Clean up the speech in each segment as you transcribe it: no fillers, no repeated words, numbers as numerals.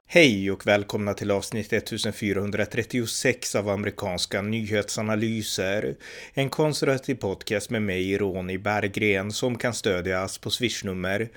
Hej och välkomna till avsnitt 1436 av amerikanska nyhetsanalyser. En konservativ podcast med mig, Ronny Berggren, som kan stödjas på swishnummer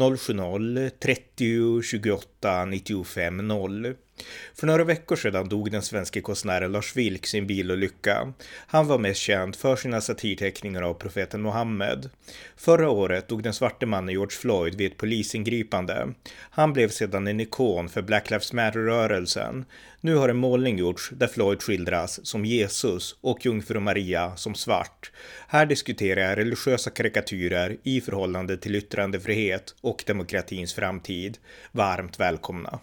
070-30 28 95 0. För några veckor sedan dog den svenska konstnären Lars Vilks sin bilolycka. Han var mest känd för sina satirteckningar av profeten Mohammed. Förra året dog den svarte mannen George Floyd vid ett polisingripande. Han blev sedan en ikon för Black Lives Matter-rörelsen. Nu har en målning gjorts där Floyd skildras som Jesus och Jungfru Maria som svart. Här diskuterar jag religiösa karikatyrer i förhållande till yttrandefrihet och demokratins framtid. Varmt välkomna!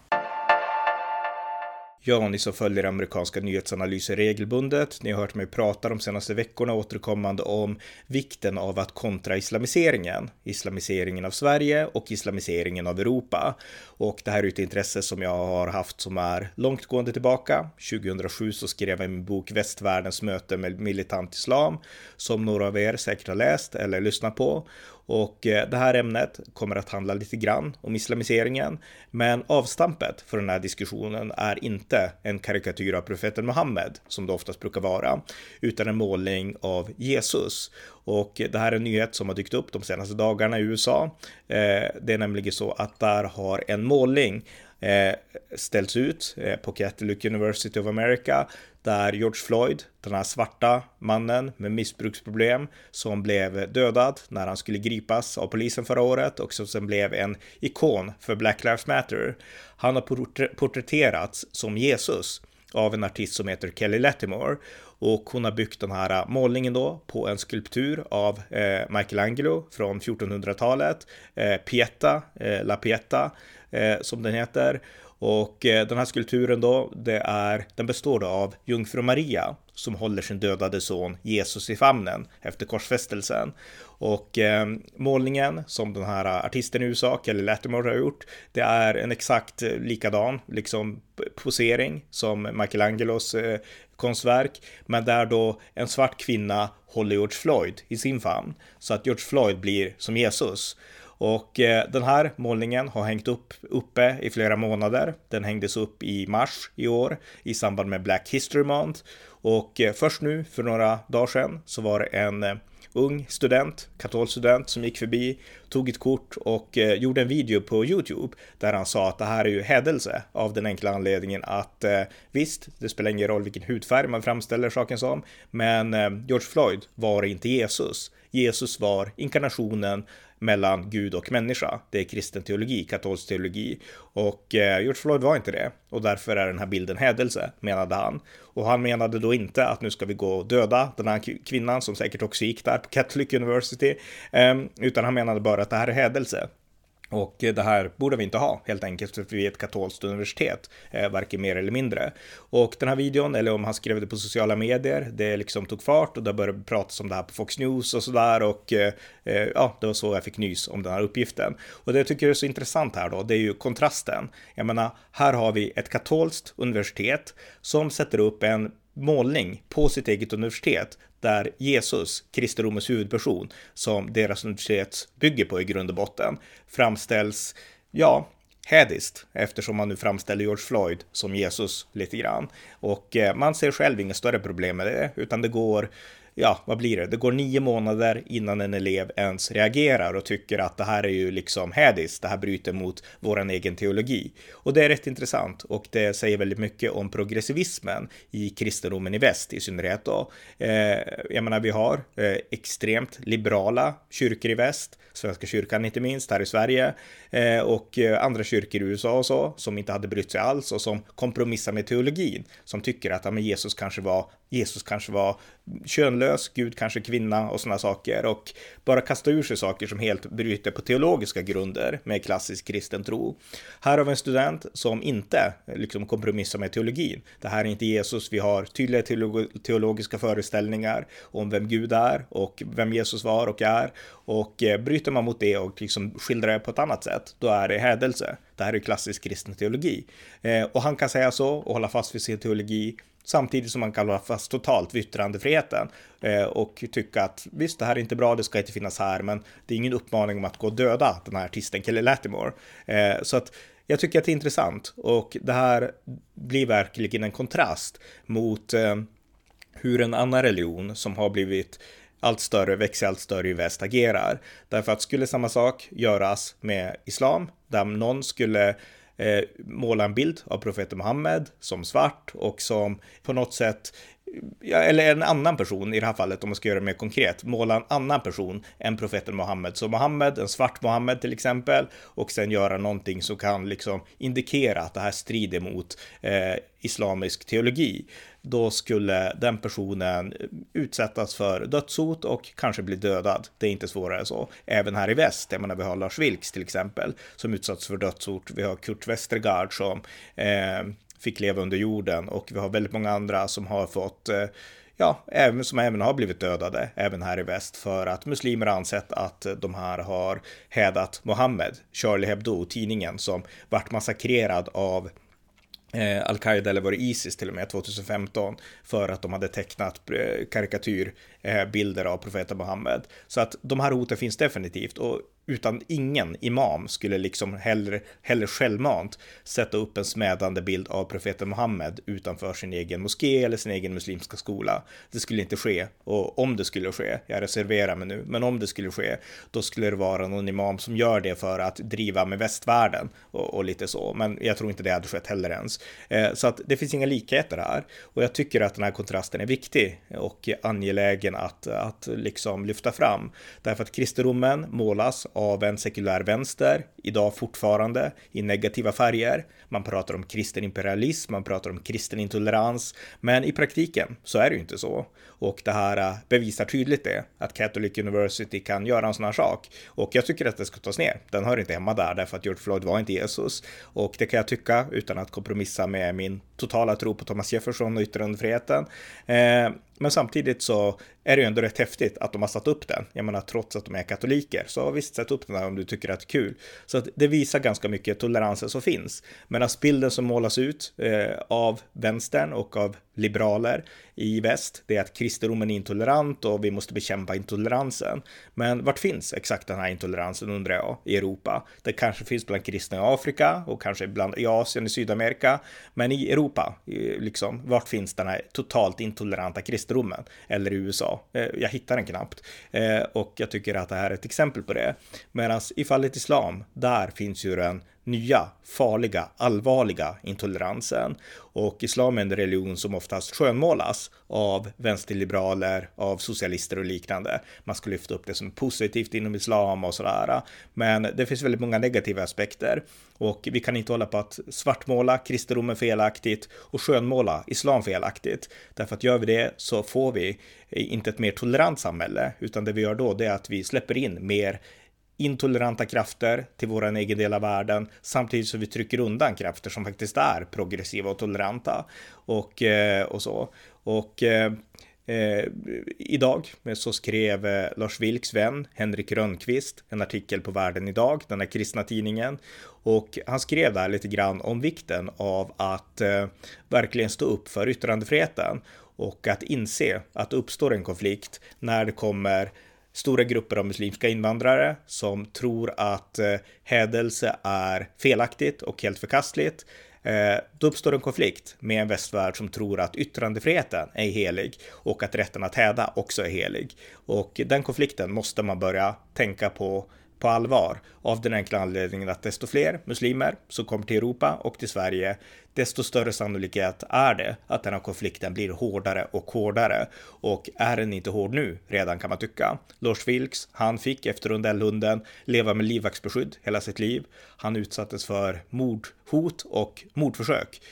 Ja, ni som följer amerikanska nyhetsanalyser regelbundet, ni har hört mig prata de senaste veckorna återkommande om vikten av att kontra islamiseringen av Sverige och islamiseringen av Europa. Och det här är ett intresse som jag har haft som är långtgående tillbaka. 2007 så skrev jag min bok Västvärldens möte med militant islam, som några av er säkert har läst eller lyssnat på. Och det här ämnet kommer att handla lite grann om islamiseringen, men avstampet för den här diskussionen är inte en karikatyr av profeten Mohammed, som det oftast brukar vara, utan en målning av Jesus. Och det här är en nyhet som har dykt upp de senaste dagarna i USA. Det är nämligen så att där har en målning ställts ut på Catholic University of America, där George Floyd, den här svarta mannen med missbruksproblem som blev dödad när han skulle gripas av polisen förra året och som sen blev en ikon för Black Lives Matter. Han har porträtterats som Jesus av en artist som heter Kelly Latimore, och hon har byggt den här målningen då på en skulptur av Michelangelo från 1400-talet, Pieta, La Pieta som den heter. Och den här skulpturen då, den består av Jungfru Maria som håller sin dödade son Jesus i famnen efter korsfästelsen. Och målningen som den här artisten i USA, Kelly Latimore, har gjort, det är en exakt likadan liksom posering som Michelangelos konstverk, men där då en svart kvinna håller George Floyd i sin famn, så att George Floyd blir som Jesus. Och den här målningen har hängt uppe i flera månader. Den hängdes upp i mars i år i samband med Black History Month. Och först nu för några dagar sedan så var det en ung katolsk student som gick förbi, tog ett kort och gjorde en video på YouTube där han sa att det här är ju hädelse, av den enkla anledningen att visst, det spelar ingen roll vilken hudfärg man framställer saken som, men George Floyd var inte Jesus. Jesus var inkarnationen mellan Gud och människa. Det är kristen teologi, katolsk teologi. Och George Floyd var inte det. Och därför är den här bilden hädelse, menade han. Och han menade då inte att nu ska vi gå och döda den här kvinnan som säkert också gick där på Catholic University. Utan han menade bara att det här är hädelse. Och det här borde vi inte ha, helt enkelt, för att vi är ett katolskt universitet, varken mer eller mindre. Och den här videon, eller om han skrev det på sociala medier, det liksom tog fart och det började pratas om det här på Fox News och sådär. Och ja, det var så jag fick nys om den här uppgiften. Och det jag tycker är så intressant här då, det är ju kontrasten. Jag menar, här har vi ett katolskt universitet som sätter upp en målning på sitt eget universitet där Jesus, Kristi Romers huvudperson, som deras universitet bygger på i grund och botten, framställs, ja, hädiskt, eftersom man nu framställer George Floyd som Jesus lite grann. Och man ser själv inga större problem med det, utan det går, ja, vad blir det? Det går 9 månader innan en elev ens reagerar och tycker att det här är ju liksom hädiskt, det här bryter mot våran egen teologi. Och det är rätt intressant, och det säger väldigt mycket om progressivismen i kristendomen i väst i synnerhet då. Jag menar, vi har extremt liberala kyrkor i väst, Svenska kyrkan inte minst här i Sverige, och andra kyrkor i USA och så, som inte hade brytt sig alls och som kompromissar med teologin, som tycker att men Jesus kanske var könlös, Gud kanske kvinna och sådana saker, och bara kasta ur sig saker som helt bryter på teologiska grunder med klassisk kristen tro. Här har vi en student som inte liksom kompromissar med teologin. Det här är inte Jesus, vi har tydliga teologiska föreställningar om vem Gud är och vem Jesus var och är, och bryter man mot det och liksom skildrar det på ett annat sätt, då är det hädelse. Det här är klassisk kristen teologi. Och han kan säga så och hålla fast vid sin teologi, samtidigt som man kan hålla fast totalt vid yttrandefriheten och tycka att visst, det här är inte bra, det ska inte finnas här, men det är ingen uppmaning om att gå och döda den här artisten Kelly Latimore. Så att jag tycker att det är intressant, och det här blir verkligen en kontrast mot hur en annan religion som har blivit allt större, växer allt större i väst agerar. Därför att skulle samma sak göras med islam, där någon skulle måla en bild av profeten Muhammed som svart och som på något sätt, eller en annan person i det här fallet, om man ska göra det mer konkret, måla en annan person än profeten Muhammed. Så Muhammed, en svart Muhammed till exempel, och sen göra någonting som kan liksom indikera att det här strider mot islamisk teologi. Då skulle den personen utsättas för dödshot och kanske bli dödad. Det är inte svårare så. Även här i väst, jag menar, vi har Lars Vilks till exempel som utsatts för dödshot. Vi har Kurt Westergaard som fick leva under jorden, och vi har väldigt många andra som har fått, som även har blivit dödade, även här i väst, för att muslimer har ansett att de här har hädat Muhammed. Charlie Hebdo, tidningen som vart massakrerad av Al-Qaida, eller var det ISIS till och med 2015, för att de hade tecknat karikatyrbilder av profeten Muhammed. Så att de här hoten finns definitivt, och utan ingen imam skulle liksom hellre självmant sätta upp en smädande bild av profeten Muhammed utanför sin egen moské eller sin egen muslimska skola. Det skulle inte ske, och om det skulle ske, jag reserverar mig nu, men om det skulle ske, då skulle det vara någon imam som gör det för att driva med västvärlden och lite så, men jag tror inte det hade skett heller ens. Så att det finns inga likheter här, och jag tycker att den här kontrasten är viktig och angelägen att liksom lyfta fram, därför att kristendomen målas av en sekulär vänster idag fortfarande i negativa färger. Man pratar om kristen imperialism, man pratar om kristen intolerans, men i praktiken så är det ju inte så. Och det här bevisar tydligt det, att Catholic University kan göra en sån här sak. Och jag tycker att det ska tas ner. Den hör inte hemma där, därför att George Floyd var inte Jesus. Och det kan jag tycka utan att kompromissa med min totala tro på Thomas Jefferson och yttrandefriheten. Men samtidigt så är det ju ändå rätt häftigt att de har satt upp den. Jag menar, trots att de är katoliker, så visst, sätt upp den här om du tycker att det är kul. Så att det visar ganska mycket toleransen som finns. Men att bilden som målas ut av vänstern och av liberaler i väst, det är att kristendomen är intolerant och vi måste bekämpa intoleransen. Men vart finns exakt den här intoleransen, undrar jag, i Europa? Det kanske finns bland kristna i Afrika och kanske bland i Asien, i Sydamerika. Men i Europa, liksom, vart finns den här totalt intoleranta kristendomen? Eller i USA? Jag hittar den knappt. Och jag tycker att det här är ett exempel på det. Medan i fallet islam, där finns ju den nya, farliga, allvarliga intoleransen. Och islam är en religion som oftast skönmålas av vänsterliberaler, av socialister och liknande. Man ska lyfta upp det som positivt inom islam och sådär. Men det finns väldigt många negativa aspekter. Och vi kan inte hålla på att svartmåla kristendomen felaktigt och skönmåla islam felaktigt. Därför att gör vi det så får vi inte ett mer tolerant samhälle, utan det vi gör då, det är att vi släpper in mer intoleranta krafter till vår egen del av världen, samtidigt som vi trycker undan krafter som faktiskt är progressiva och toleranta och så. Och idag så skrev Lars Vilks vän Henrik Rönnqvist en artikel på Världen idag, den här kristna tidningen, och han skrev där lite grann om vikten av att verkligen stå upp för yttrandefriheten och att inse att det uppstår en konflikt när det kommer stora grupper av muslimska invandrare som tror att hädelse är felaktigt och helt förkastligt. Då uppstår en konflikt med en västvärld som tror att yttrandefriheten är helig och att rätten att häda också är helig. Och den konflikten måste man börja tänka på allvar, av den enkla anledningen att desto fler muslimer som kommer till Europa och till Sverige, desto större sannolikhet är det att den här konflikten blir hårdare och hårdare. Och är den inte hård nu redan, kan man tycka. Lars Vilks, han fick efter rondellhunden leva med livvaktsbeskydd hela sitt liv. Han utsattes för mordhot och mordförsök.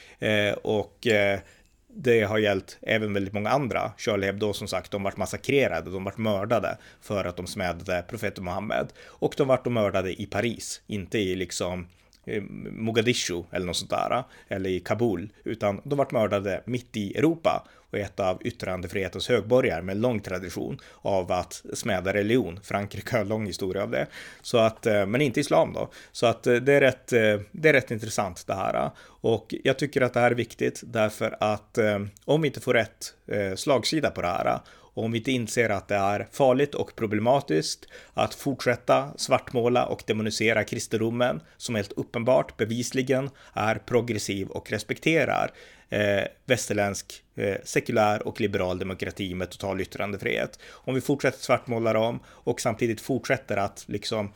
Det har gällt även väldigt många andra. Charlie Hebdo, som sagt, de vart massakrerade, de vart mördade för att de smädade profeten Muhammed. Och de vart mördade i Paris, inte i liksom Mogadishu eller något sånt där, eller i Kabul, utan de vart mördade mitt i Europa och ett av yttrandefrihetens högborgar med lång tradition av att smäda religion. Frankrike har lång historia av det. Så att, men inte islam då. Så att det är rätt intressant det här. Och jag tycker att det här är viktigt därför att om vi inte får rätt slagsida på det här, Och om vi inte inser att det är farligt och problematiskt att fortsätta svartmåla och demonisera kristendomen, som helt uppenbart bevisligen är progressiv och respekterar västerländsk sekulär och liberal demokrati med total yttrandefrihet. Om vi fortsätter svartmåla dem och samtidigt fortsätter att liksom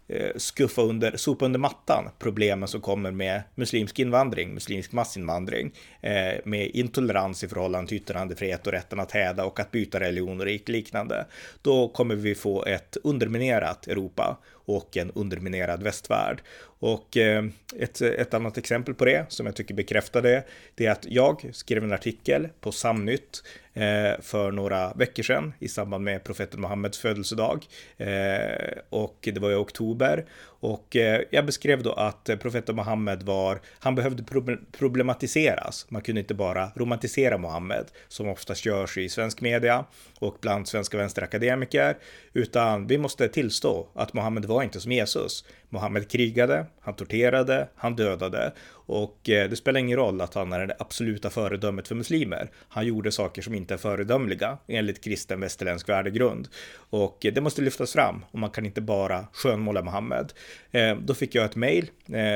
sopa under mattan problemen som kommer med muslimsk invandring, muslimsk massinvandring, med intolerans i förhållande till yttrandefrihet och rätten att häda och att byta religion och liknande, då kommer vi få ett underminerat Europa och en underminerad västvärld. Och ett annat exempel på det som jag tycker bekräftar det är att jag skrev en artikel på Samnytt för några veckor sedan i samband med profeten Muhammeds födelsedag, och det var i oktober, och jag beskrev då att profeten Muhammed han behövde problematiseras. Man kunde inte bara romantisera Muhammed som oftast görs i svensk media och bland svenska vänsterakademiker, utan vi måste tillstå att Muhammed var inte som Jesus. Muhammed krigade, han torterade, han dödade, och det spelar ingen roll att han är det absoluta föredömet för muslimer. Han gjorde saker som inte är föredömliga enligt kristen västerländsk värdegrund, och det måste lyftas fram, och man kan inte bara skönmåla Muhammed. Då fick jag ett mejl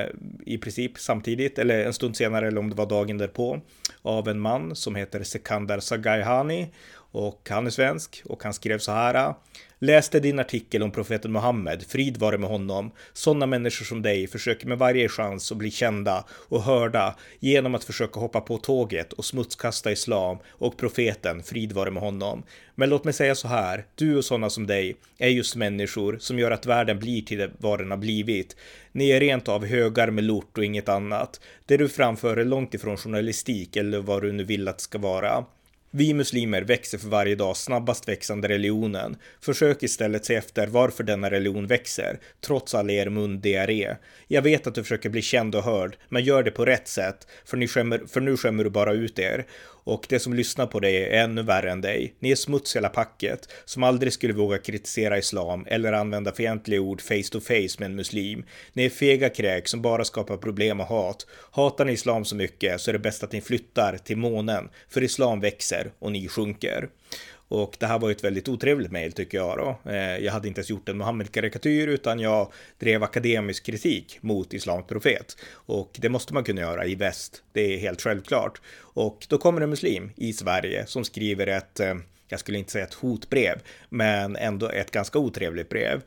i princip samtidigt, eller en stund senare, eller om det var dagen därpå, av en man som heter Sekandar Sagayhani, och han är svensk, och han skrev så här: läste din artikel om profeten Muhammed, frid vare med honom. Sådana människor som dig försöker med varje chans att bli kända och hörda genom att försöka hoppa på tåget och smutskasta islam och profeten, frid vare med honom. Men låt mig säga så här, du och sådana som dig är just människor som gör att världen blir till vad den har blivit. Ni är rent av högar med lort och inget annat. Det du framför är långt ifrån journalistik eller vad du nu vill att det ska vara. Vi muslimer växer för varje dag snabbast växande religionen. Försök istället se efter varför denna religion växer, trots all er mundiarré. Jag vet att du försöker bli känd och hörd, men gör det på rätt sätt, för nu skämmer du bara ut er. Och det som lyssnar på dig är ännu värre än dig. Ni är smuts hela packet, som aldrig skulle våga kritisera islam eller använda fientliga ord face to face med en muslim. Ni är fega kräk som bara skapar problem och hat. Hatar ni islam så mycket så är det bäst att ni flyttar till månen, för islam växer och ni sjunker. Och det här var ett väldigt otrevligt mejl tycker jag då. Jag hade inte ens gjort en Muhammed-karikatyr, utan jag drev akademisk kritik mot islams profet. Och det måste man kunna göra i väst, det är helt självklart. Och då kommer en muslim i Sverige som skriver ett, jag skulle inte säga ett hotbrev, men ändå ett ganska otrevligt brev,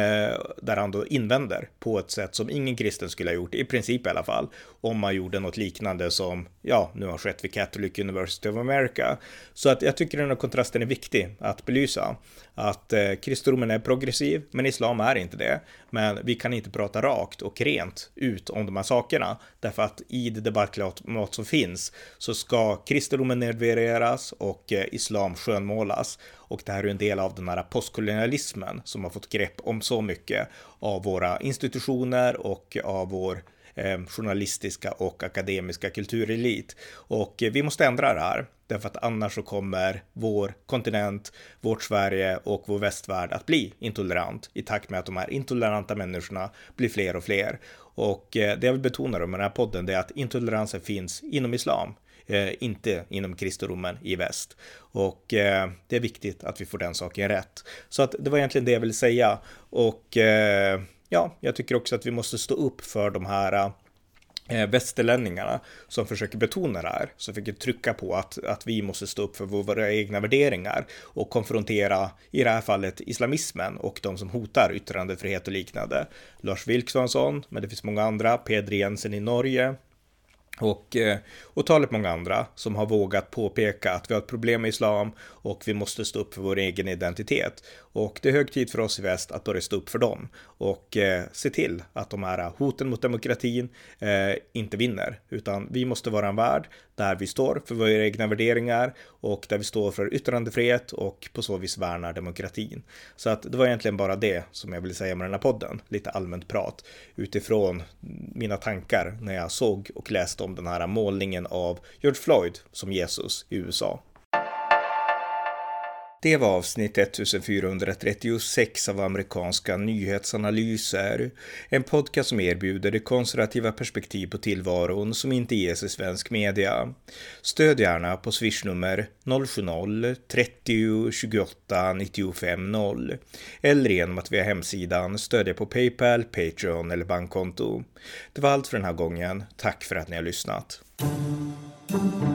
där han då invänder på ett sätt som ingen kristen skulle ha gjort, i princip i alla fall, om man gjorde något liknande som, nu har skett vid Catholic University of America. Så att jag tycker den här kontrasten är viktig att belysa, att kristendomen är progressiv, men islam är inte det. Men vi kan inte prata rakt och rent ut om de här sakerna, därför att i det debattklimat som finns så ska kristendomen nedvärderas och islam skönmålas. Och det här är en del av den här postkolonialismen som har fått grepp om så mycket av våra institutioner och av vår journalistiska och akademiska kulturelit. Och vi måste ändra det här, därför att annars så kommer vår kontinent, vårt Sverige och vår västvärld att bli intolerant i takt med att de här intoleranta människorna blir fler och fler. Och det jag vill betona med den här podden, det är att intoleransen finns inom islam, inte inom kristendomen i väst. Och det är viktigt att vi får den saken rätt. Så att det var egentligen det jag ville säga. Och jag tycker också att vi måste stå upp för de här västerlänningarna som försöker betona det här, som försöker trycka på att vi måste stå upp för våra egna värderingar och konfrontera, i det här fallet, islamismen och de som hotar yttrandefrihet och liknande. Lars Vilks var en sån, men det finns många andra, Peder Jensen i Norge, och talet många andra som har vågat påpeka att vi har ett problem med islam och vi måste stå upp för vår egen identitet. Och det är hög tid för oss i väst att börja stå upp för dem och se till att de här hoten mot demokratin inte vinner, utan vi måste vara en värld där vi står för våra egna värderingar och där vi står för yttrandefrihet och på så vis värnar demokratin. Så att det var egentligen bara det som jag ville säga med den här podden, lite allmänt prat utifrån mina tankar när jag såg och läste om den här målningen av George Floyd som Jesus i USA. Det var avsnitt 1436 av amerikanska nyhetsanalyser, en podcast som erbjuder det konservativa perspektiv på tillvaron som inte ges i svensk media. Stöd gärna på swishnummer 070-30 28 95 0 eller genom att via hemsidan stödja på PayPal, Patreon eller bankkonto. Det var allt för den här gången. Tack för att ni har lyssnat.